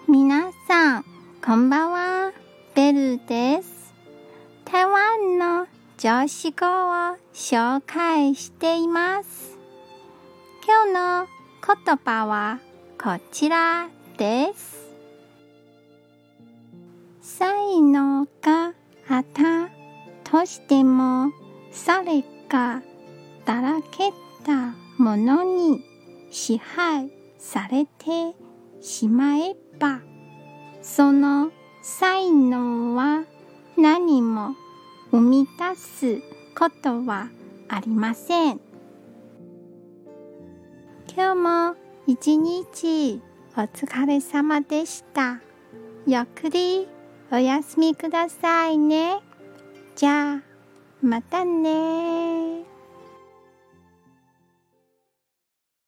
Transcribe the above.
皆さん、こんばんは。ベルです。台湾の常識語を紹介しています。今日の言葉はこちらです。才能があったとしても、それがだらけたものに支配されてしまえば、その才能は何も生み出すことはありません。今日も一日お疲れ様でした。ゆっくりお休みくださいね。じゃあ、またね。